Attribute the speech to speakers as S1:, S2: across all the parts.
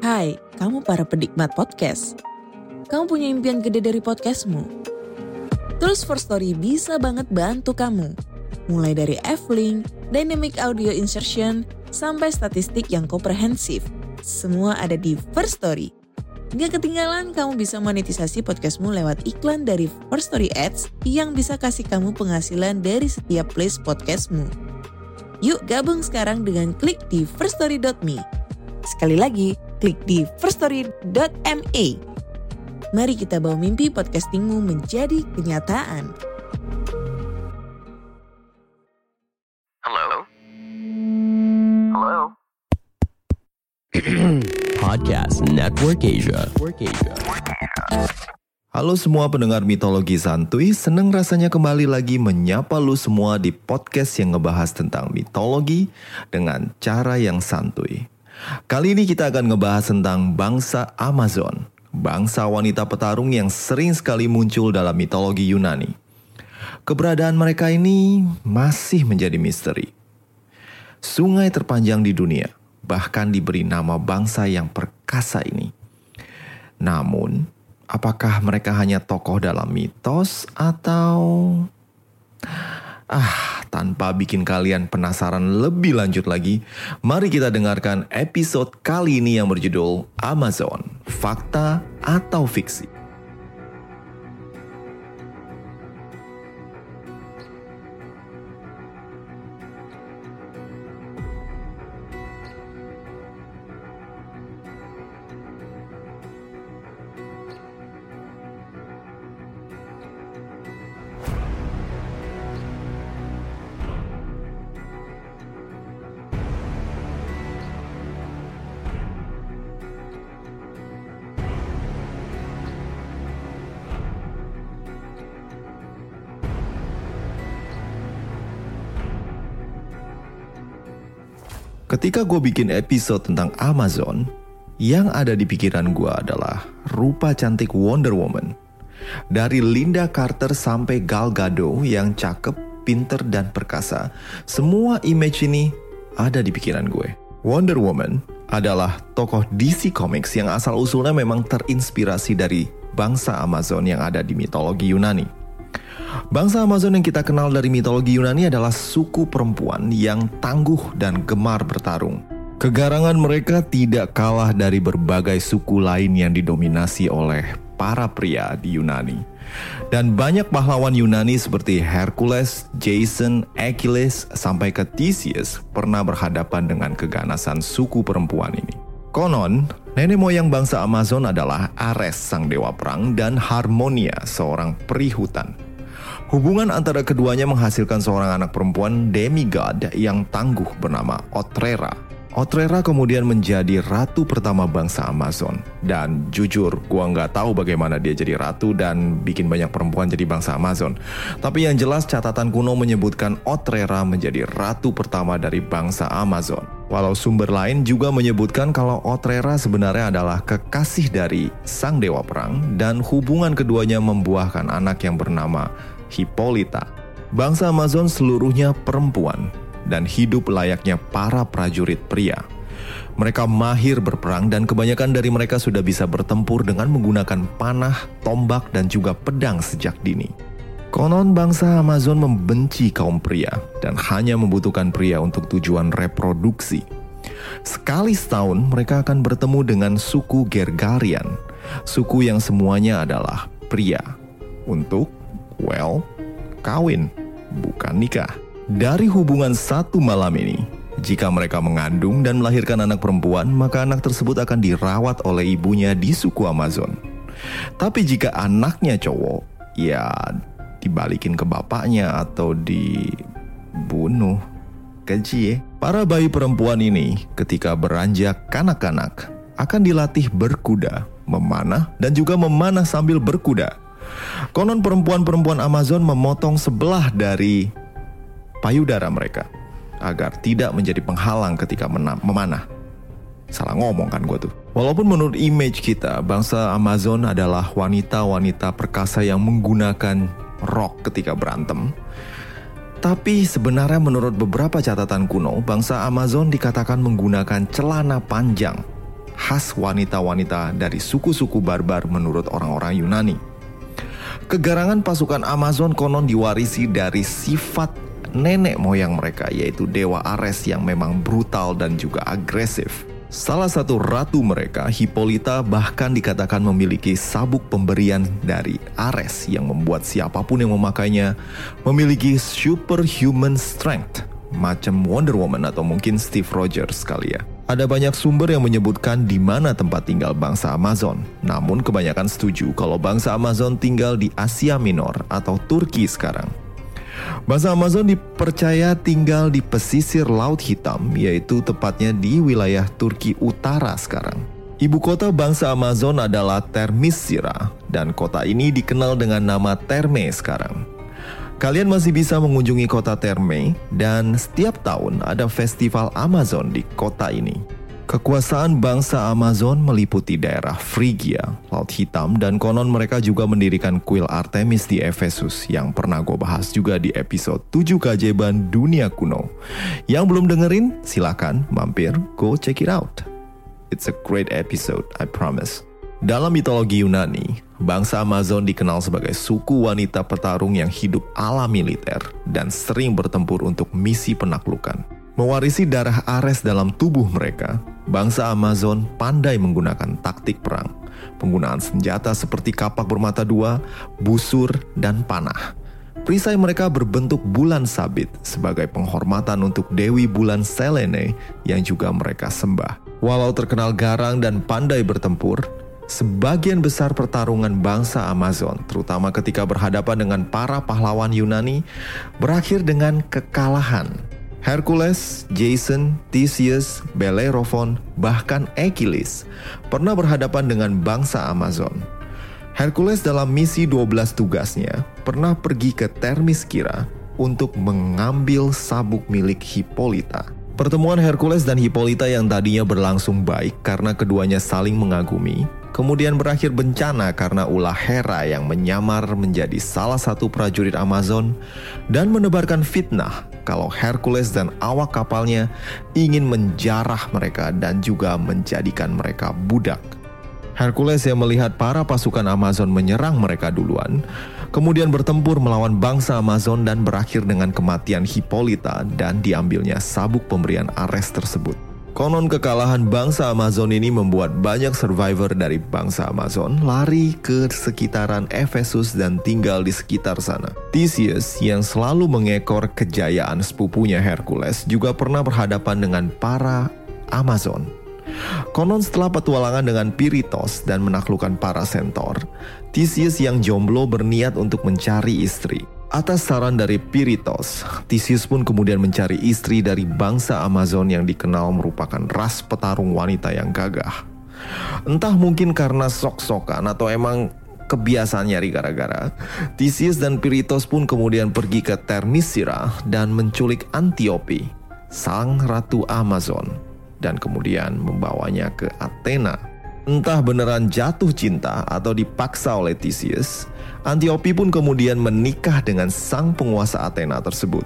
S1: Hai, kamu para penikmat podcast. Kamu punya impian gede dari podcastmu? Tools for Story bisa banget bantu kamu. Mulai dari F-Link, Dynamic Audio Insertion, sampai statistik yang komprehensif. Semua ada di First Story. Gak ketinggalan kamu bisa monetisasi podcastmu lewat iklan dari First Story Ads yang bisa kasih kamu penghasilan dari setiap place podcastmu. Yuk gabung sekarang dengan klik di firststory.me. Sekali lagi, klik di firststory.me. Mari kita bawa mimpi podcastingmu menjadi kenyataan.
S2: Halo?
S3: Podcast Network Asia.
S4: Halo semua pendengar mitologi santuy, seneng rasanya kembali lagi menyapa lu semua di podcast yang ngebahas tentang mitologi dengan cara yang santuy. Kali ini kita akan ngebahas tentang bangsa Amazon, bangsa wanita petarung yang sering sekali muncul dalam mitologi Yunani. Keberadaan mereka ini masih menjadi misteri. Sungai terpanjang di dunia bahkan diberi nama bangsa yang perkasa ini. Namun, apakah mereka hanya tokoh dalam mitos atau... tanpa bikin kalian penasaran lebih lanjut lagi, mari kita dengarkan episode kali ini yang berjudul Amazon, Fakta atau Fiksi. Ketika gue bikin episode tentang Amazon, yang ada di pikiran gue adalah rupa cantik Wonder Woman. Dari Linda Carter sampai Gal Gadot yang cakep, pinter, dan perkasa, semua image ini ada di pikiran gue. Wonder Woman adalah tokoh DC Comics yang asal-usulnya memang terinspirasi dari bangsa Amazon yang ada di mitologi Yunani. Bangsa Amazon yang kita kenal dari mitologi Yunani adalah suku perempuan yang tangguh dan gemar bertarung. Kegarangan mereka tidak kalah dari berbagai suku lain yang didominasi oleh para pria di Yunani. Dan banyak pahlawan Yunani seperti Hercules, Jason, Achilles, sampai ke Theseus pernah berhadapan dengan keganasan suku perempuan ini. Konon, nenek moyang bangsa Amazon adalah Ares, sang dewa perang, dan Harmonia, seorang peri hutan. Hubungan antara keduanya menghasilkan seorang anak perempuan demigod yang tangguh bernama Otrera. Otrera kemudian menjadi ratu pertama bangsa Amazon. Dan jujur, gua nggak tahu bagaimana dia jadi ratu dan bikin banyak perempuan jadi bangsa Amazon. Tapi yang jelas catatan kuno menyebutkan Otrera menjadi ratu pertama dari bangsa Amazon. Walau sumber lain juga menyebutkan kalau Otrera sebenarnya adalah kekasih dari sang dewa perang dan hubungan keduanya membuahkan anak yang bernama Hippolyta. Bangsa Amazon seluruhnya perempuan dan hidup layaknya para prajurit pria. Mereka mahir berperang dan kebanyakan dari mereka sudah bisa bertempur dengan menggunakan panah, tombak, dan juga pedang sejak dini. Konon bangsa Amazon membenci kaum pria dan hanya membutuhkan pria untuk tujuan reproduksi. Sekali setahun mereka akan bertemu dengan suku Gergarian, suku yang semuanya adalah pria, untuk kawin, bukan nikah. Dari hubungan satu malam ini, jika mereka mengandung dan melahirkan anak perempuan, maka anak tersebut akan dirawat oleh ibunya di suku Amazon. Tapi jika anaknya cowok, ya dibalikin ke bapaknya atau dibunuh. Keji ya. Para bayi perempuan ini ketika beranjak kanak-kanak akan dilatih berkuda, memanah, dan juga memanah sambil berkuda. Konon perempuan-perempuan Amazon memotong sebelah dari payudara mereka agar tidak menjadi penghalang ketika memanah. Salah ngomong kan gue tuh. Walaupun menurut image kita, bangsa Amazon adalah wanita-wanita perkasa yang menggunakan rok ketika berantem, tapi sebenarnya menurut beberapa catatan kuno, bangsa Amazon dikatakan menggunakan celana panjang khas wanita-wanita dari suku-suku barbar menurut orang-orang Yunani. Kegarangan pasukan Amazon konon diwarisi dari sifat nenek moyang mereka, yaitu Dewa Ares yang memang brutal dan juga agresif. Salah satu ratu mereka, Hippolyta, bahkan dikatakan memiliki sabuk pemberian dari Ares yang membuat siapapun yang memakainya memiliki superhuman strength, macam Wonder Woman atau mungkin Steve Rogers kali ya. Ada banyak sumber yang menyebutkan di mana tempat tinggal bangsa Amazon. Namun kebanyakan setuju kalau bangsa Amazon tinggal di Asia Minor atau Turki sekarang. Bangsa Amazon dipercaya tinggal di pesisir Laut Hitam, yaitu tepatnya di wilayah Turki Utara sekarang. Ibu kota bangsa Amazon adalah Termissira, dan kota ini dikenal dengan nama Terme sekarang. Kalian masih bisa mengunjungi kota Terme, dan setiap tahun ada festival Amazon di kota ini. Kekuasaan bangsa Amazon meliputi daerah Frigia, Laut Hitam, dan konon mereka juga mendirikan kuil Artemis di Efesus yang pernah gue bahas juga di episode 7 keajaiban dunia kuno. Yang belum dengerin, silakan mampir, go check it out. It's a great episode, I promise. Dalam mitologi Yunani, bangsa Amazon dikenal sebagai suku wanita petarung yang hidup ala militer dan sering bertempur untuk misi penaklukan. Mewarisi darah Ares dalam tubuh mereka, bangsa Amazon pandai menggunakan taktik perang, penggunaan senjata seperti kapak bermata dua, busur, dan panah. Perisai mereka berbentuk bulan sabit sebagai penghormatan untuk Dewi Bulan Selene yang juga mereka sembah. Walau terkenal garang dan pandai bertempur, sebagian besar pertarungan bangsa Amazon, terutama ketika berhadapan dengan para pahlawan Yunani, berakhir dengan kekalahan. Hercules, Jason, Theseus, Bellerophon, bahkan Achilles pernah berhadapan dengan bangsa Amazon. Hercules dalam misi 12 tugasnya pernah pergi ke Termissira untuk mengambil sabuk milik Hippolyta. Pertemuan Hercules dan Hippolyta yang tadinya berlangsung baik karena keduanya saling mengagumi, kemudian berakhir bencana karena ulah Hera yang menyamar menjadi salah satu prajurit Amazon dan menebarkan fitnah kalau Hercules dan awak kapalnya ingin menjarah mereka dan juga menjadikan mereka budak. Hercules yang melihat para pasukan Amazon menyerang mereka duluan, kemudian bertempur melawan bangsa Amazon dan berakhir dengan kematian Hippolyta dan diambilnya sabuk pemberian Ares tersebut. Konon kekalahan bangsa Amazon ini membuat banyak survivor dari bangsa Amazon lari ke sekitaran Efesus dan tinggal di sekitar sana. Theseus yang selalu mengekor kejayaan sepupunya Hercules juga pernah berhadapan dengan para Amazon. Konon setelah petualangan dengan Pirithous dan menaklukkan para Centaur, Theseus yang jomblo berniat untuk mencari istri. Atas saran dari Pirithous, Theseus pun kemudian mencari istri dari bangsa Amazon yang dikenal merupakan ras petarung wanita yang gagah. Entah mungkin karena sok-sokan atau emang kebiasaan nyari gara-gara, Theseus dan Pirithous pun kemudian pergi ke Termissira dan menculik Antiope, sang ratu Amazon, dan kemudian membawanya ke Athena. Entah beneran jatuh cinta atau dipaksa oleh Theseus, Antiope pun kemudian menikah dengan sang penguasa Athena tersebut.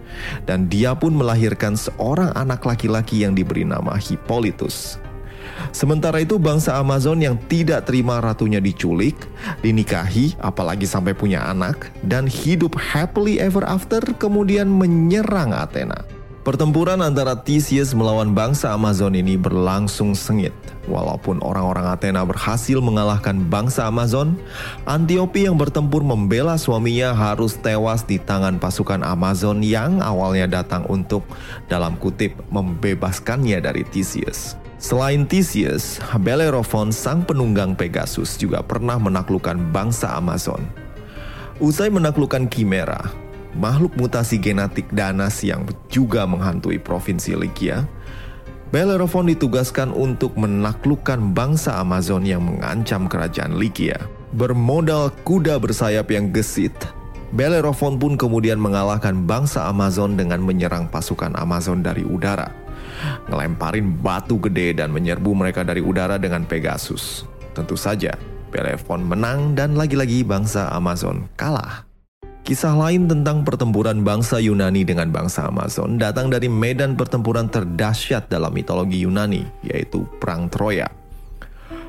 S4: Dan dia pun melahirkan seorang anak laki-laki yang diberi nama Hippolytus. Sementara itu bangsa Amazon yang tidak terima ratunya diculik, dinikahi, apalagi sampai punya anak, dan hidup happily ever after kemudian menyerang Athena. Pertempuran antara Theseus melawan bangsa Amazon ini berlangsung sengit. Walaupun orang-orang Athena berhasil mengalahkan bangsa Amazon, Antiope yang bertempur membela suaminya harus tewas di tangan pasukan Amazon yang awalnya datang untuk, dalam kutip, membebaskannya dari Theseus. Selain Theseus, Bellerophon sang penunggang Pegasus juga pernah menaklukkan bangsa Amazon. Usai menaklukkan Chimera, makhluk mutasi genetik danas yang juga menghantui provinsi Lycia, Bellerophon ditugaskan untuk menaklukkan bangsa Amazon yang mengancam kerajaan Lycia. Bermodal kuda bersayap yang gesit, Bellerophon pun kemudian mengalahkan bangsa Amazon dengan menyerang pasukan Amazon dari udara, ngelemparin batu gede dan menyerbu mereka dari udara dengan Pegasus. Tentu saja, Bellerophon menang dan lagi-lagi bangsa Amazon kalah. Kisah lain tentang pertempuran bangsa Yunani dengan bangsa Amazon datang dari medan pertempuran terdahsyat dalam mitologi Yunani, yaitu Perang Troya.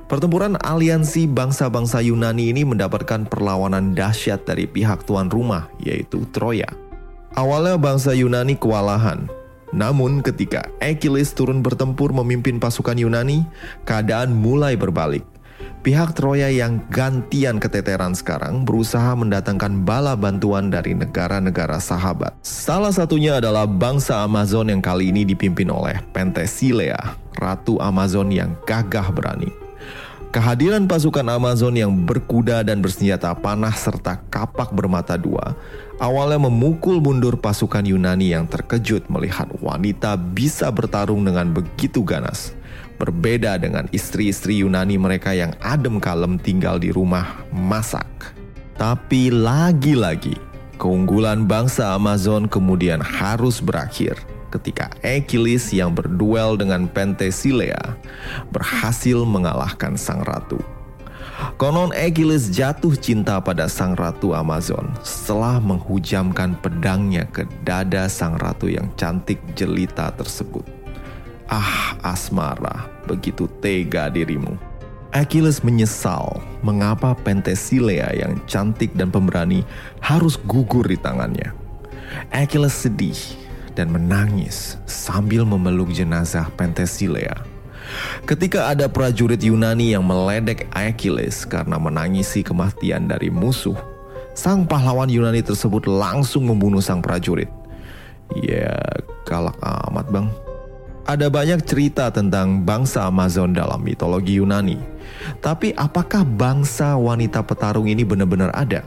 S4: Pertempuran aliansi bangsa-bangsa Yunani ini mendapatkan perlawanan dahsyat dari pihak tuan rumah, yaitu Troya. Awalnya bangsa Yunani kewalahan. Namun ketika Achilles turun bertempur memimpin pasukan Yunani, keadaan mulai berbalik. Pihak Troya yang gantian keteteran sekarang berusaha mendatangkan bala bantuan dari negara-negara sahabat. Salah satunya adalah bangsa Amazon yang kali ini dipimpin oleh Penthesilea, Ratu Amazon yang gagah berani. Kehadiran pasukan Amazon yang berkuda dan bersenjata panah serta kapak bermata dua awalnya memukul mundur pasukan Yunani yang terkejut melihat wanita bisa bertarung dengan begitu ganas. Berbeda dengan istri-istri Yunani mereka yang adem kalem tinggal di rumah masak. Tapi lagi-lagi, keunggulan bangsa Amazon kemudian harus berakhir ketika Achilles yang berduel dengan Penthesilea berhasil mengalahkan sang ratu. Konon Achilles jatuh cinta pada sang ratu Amazon setelah menghujamkan pedangnya ke dada sang ratu yang cantik jelita tersebut. Ah, asmara, begitu tega dirimu. Achilles menyesal mengapa Penthesilea yang cantik dan pemberani harus gugur di tangannya. Achilles sedih dan menangis sambil memeluk jenazah Penthesilea. Ketika ada prajurit Yunani yang meledek Achilles karena menangisi kematian dari musuh, sang pahlawan Yunani tersebut langsung membunuh sang prajurit. Ya, galak amat bang. Ada banyak cerita tentang bangsa Amazon dalam mitologi Yunani. Tapi apakah bangsa wanita petarung ini benar-benar ada?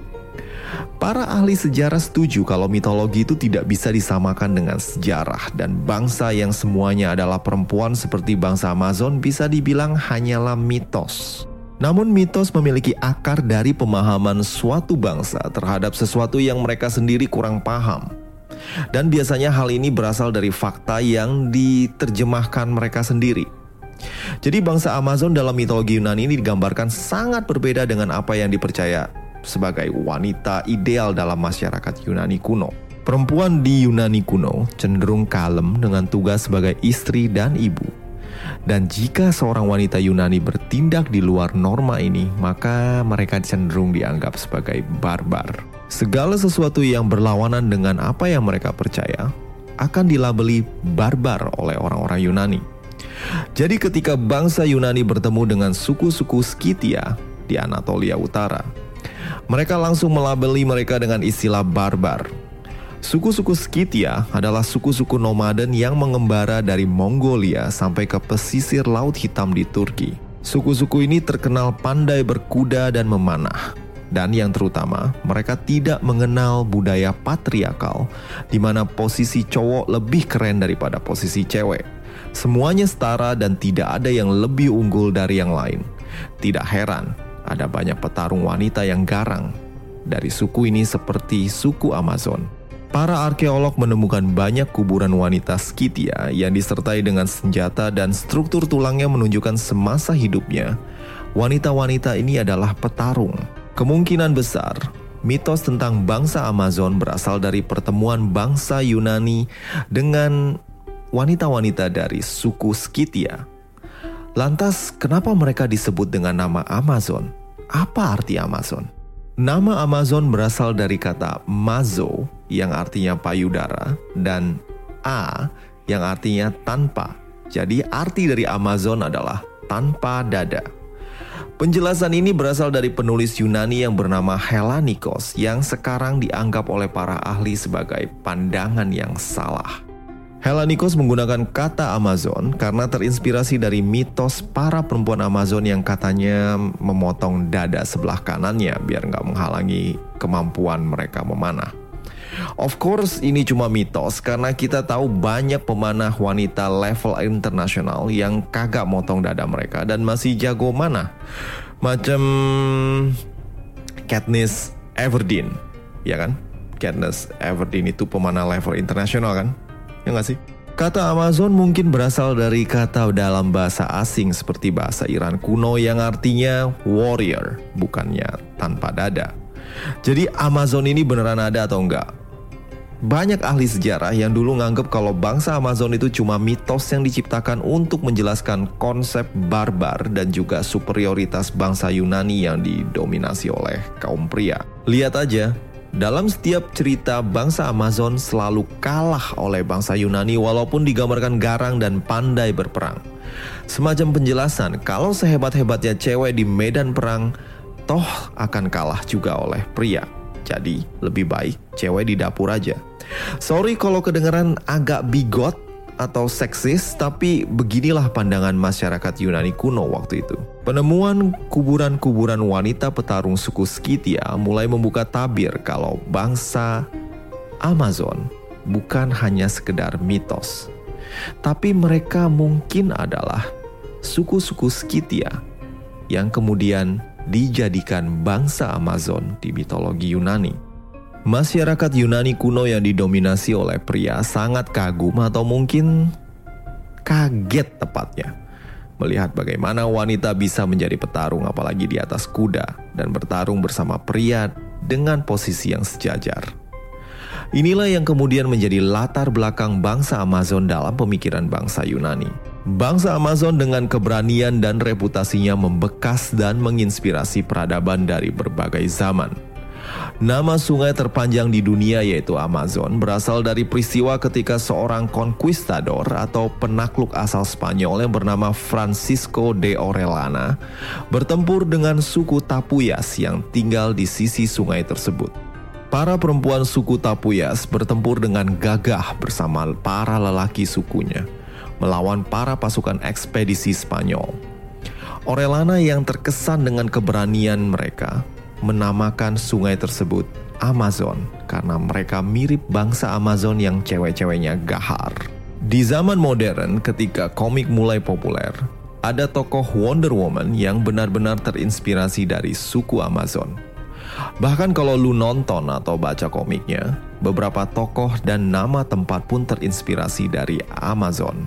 S4: Para ahli sejarah setuju kalau mitologi itu tidak bisa disamakan dengan sejarah dan bangsa yang semuanya adalah perempuan seperti bangsa Amazon bisa dibilang hanyalah mitos. Namun mitos memiliki akar dari pemahaman suatu bangsa terhadap sesuatu yang mereka sendiri kurang paham. Dan biasanya hal ini berasal dari fakta yang diterjemahkan mereka sendiri. Jadi bangsa Amazon dalam mitologi Yunani ini digambarkan sangat berbeda dengan apa yang dipercaya sebagai wanita ideal dalam masyarakat Yunani kuno. Perempuan di Yunani kuno cenderung kalem dengan tugas sebagai istri dan ibu. Dan jika seorang wanita Yunani bertindak di luar norma ini, maka mereka cenderung dianggap sebagai barbar. Segala sesuatu yang berlawanan dengan apa yang mereka percaya akan dilabeli barbar oleh orang-orang Yunani. Jadi ketika bangsa Yunani bertemu dengan suku-suku Skythia di Anatolia Utara, mereka langsung melabeli mereka dengan istilah barbar. Suku-suku Skythia adalah suku-suku nomaden yang mengembara dari Mongolia sampai ke pesisir Laut Hitam di Turki. Suku-suku ini terkenal pandai berkuda dan memanah. Dan yang terutama, mereka tidak mengenal budaya patriarkal, di mana posisi cowok lebih keren daripada posisi cewek. Semuanya setara dan tidak ada yang lebih unggul dari yang lain. Tidak heran, ada banyak petarung wanita yang garang dari suku ini seperti suku Amazon. Para arkeolog menemukan banyak kuburan wanita Skythia yang disertai dengan senjata dan struktur tulangnya menunjukkan semasa hidupnya. Wanita-wanita ini adalah petarung. Kemungkinan besar, mitos tentang bangsa Amazon berasal dari pertemuan bangsa Yunani dengan wanita-wanita dari suku Skythia. Lantas, kenapa mereka disebut dengan nama Amazon? Apa arti Amazon? Nama Amazon berasal dari kata mazo yang artinya payudara dan a yang artinya tanpa. Jadi arti dari Amazon adalah tanpa dada. Penjelasan ini berasal dari penulis Yunani yang bernama Hellanikos yang sekarang dianggap oleh para ahli sebagai pandangan yang salah. Hellanikos menggunakan kata Amazon karena terinspirasi dari mitos para perempuan Amazon yang katanya memotong dada sebelah kanannya biar nggak menghalangi kemampuan mereka memanah. Of course ini cuma mitos karena kita tahu banyak pemanah wanita level internasional yang kagak motong dada mereka dan masih jago manah. Macam Katniss Everdeen, ya kan? Katniss Everdeen itu pemanah level internasional kan? Ya nggak sih? Kata Amazon mungkin berasal dari kata dalam bahasa asing seperti bahasa Iran kuno yang artinya warrior, bukannya tanpa dada. Jadi Amazon ini beneran ada atau enggak? Banyak ahli sejarah yang dulu nganggep kalau bangsa Amazon itu cuma mitos yang diciptakan untuk menjelaskan konsep barbar dan juga superioritas bangsa Yunani yang didominasi oleh kaum pria. Lihat aja, dalam setiap cerita bangsa Amazon selalu kalah oleh bangsa Yunani walaupun digambarkan garang dan pandai berperang. Semacam penjelasan kalau sehebat-hebatnya cewek di medan perang, toh akan kalah juga oleh pria. Jadi lebih baik cewek di dapur aja. Sorry kalau kedengeran agak bigot atau seksis, tapi beginilah pandangan masyarakat Yunani kuno waktu itu. Penemuan kuburan-kuburan wanita petarung suku Skythia mulai membuka tabir kalau bangsa Amazon bukan hanya sekedar mitos, tapi mereka mungkin adalah suku-suku Skythia yang kemudian dijadikan bangsa Amazon di mitologi Yunani. Masyarakat Yunani kuno yang didominasi oleh pria sangat kagum atau mungkin kaget tepatnya melihat bagaimana wanita bisa menjadi petarung apalagi di atas kuda dan bertarung bersama pria dengan posisi yang sejajar. Inilah yang kemudian menjadi latar belakang bangsa Amazon dalam pemikiran bangsa Yunani. Bangsa Amazon dengan keberanian dan reputasinya membekas dan menginspirasi peradaban dari berbagai zaman. Nama sungai terpanjang di dunia yaitu Amazon berasal dari peristiwa ketika seorang conquistador atau penakluk asal Spanyol yang bernama Francisco de Orellana bertempur dengan suku Tapuyas yang tinggal di sisi sungai tersebut. Para perempuan suku Tapuyas bertempur dengan gagah bersama para lelaki sukunya melawan para pasukan ekspedisi Spanyol. Orellana yang terkesan dengan keberanian mereka menamakan sungai tersebut Amazon karena mereka mirip bangsa Amazon yang cewek-ceweknya gahar. Di zaman modern ketika komik mulai populer, ada tokoh Wonder Woman yang benar-benar terinspirasi dari suku Amazon. Bahkan kalau lu nonton atau baca komiknya, beberapa tokoh dan nama tempat pun terinspirasi dari Amazon.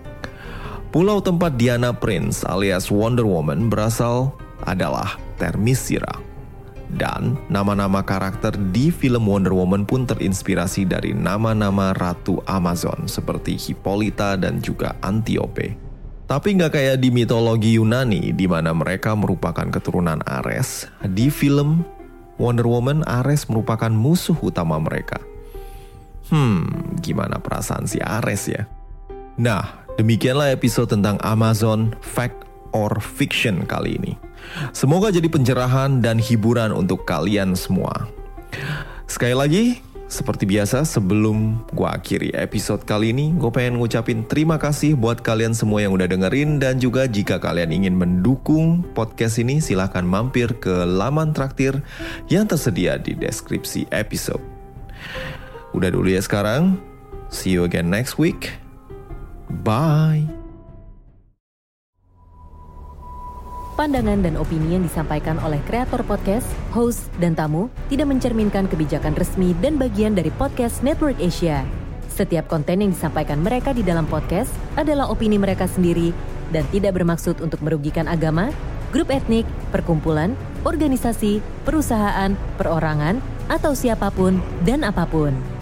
S4: Pulau tempat Diana Prince alias Wonder Woman berasal adalah Themyscira. Dan nama-nama karakter di film Wonder Woman pun terinspirasi dari nama-nama Ratu Amazon seperti Hippolyta dan juga Antiope. Tapi nggak kayak di mitologi Yunani di mana mereka merupakan keturunan Ares. Di film Wonder Woman, Ares merupakan musuh utama mereka. Gimana perasaan si Ares ya? Nah, demikianlah episode tentang Amazon Fact or Fiction kali ini. Semoga jadi pencerahan dan hiburan untuk kalian semua. Sekali lagi, seperti biasa sebelum gue akhiri episode kali ini, gue pengen ngucapin terima kasih buat kalian semua yang udah dengerin. Dan juga jika kalian ingin mendukung podcast ini, silahkan mampir ke laman traktir yang tersedia di deskripsi episode. Udah dulu ya sekarang. See you again next week. Bye.
S2: Pandangan dan opini yang disampaikan oleh kreator podcast, host, dan tamu tidak mencerminkan kebijakan resmi dan bagian dari Podcast Network Asia. Setiap konten yang disampaikan mereka di dalam podcast adalah opini mereka sendiri dan tidak bermaksud untuk merugikan agama, grup etnik, perkumpulan, organisasi, perusahaan, perorangan, atau siapapun dan apapun.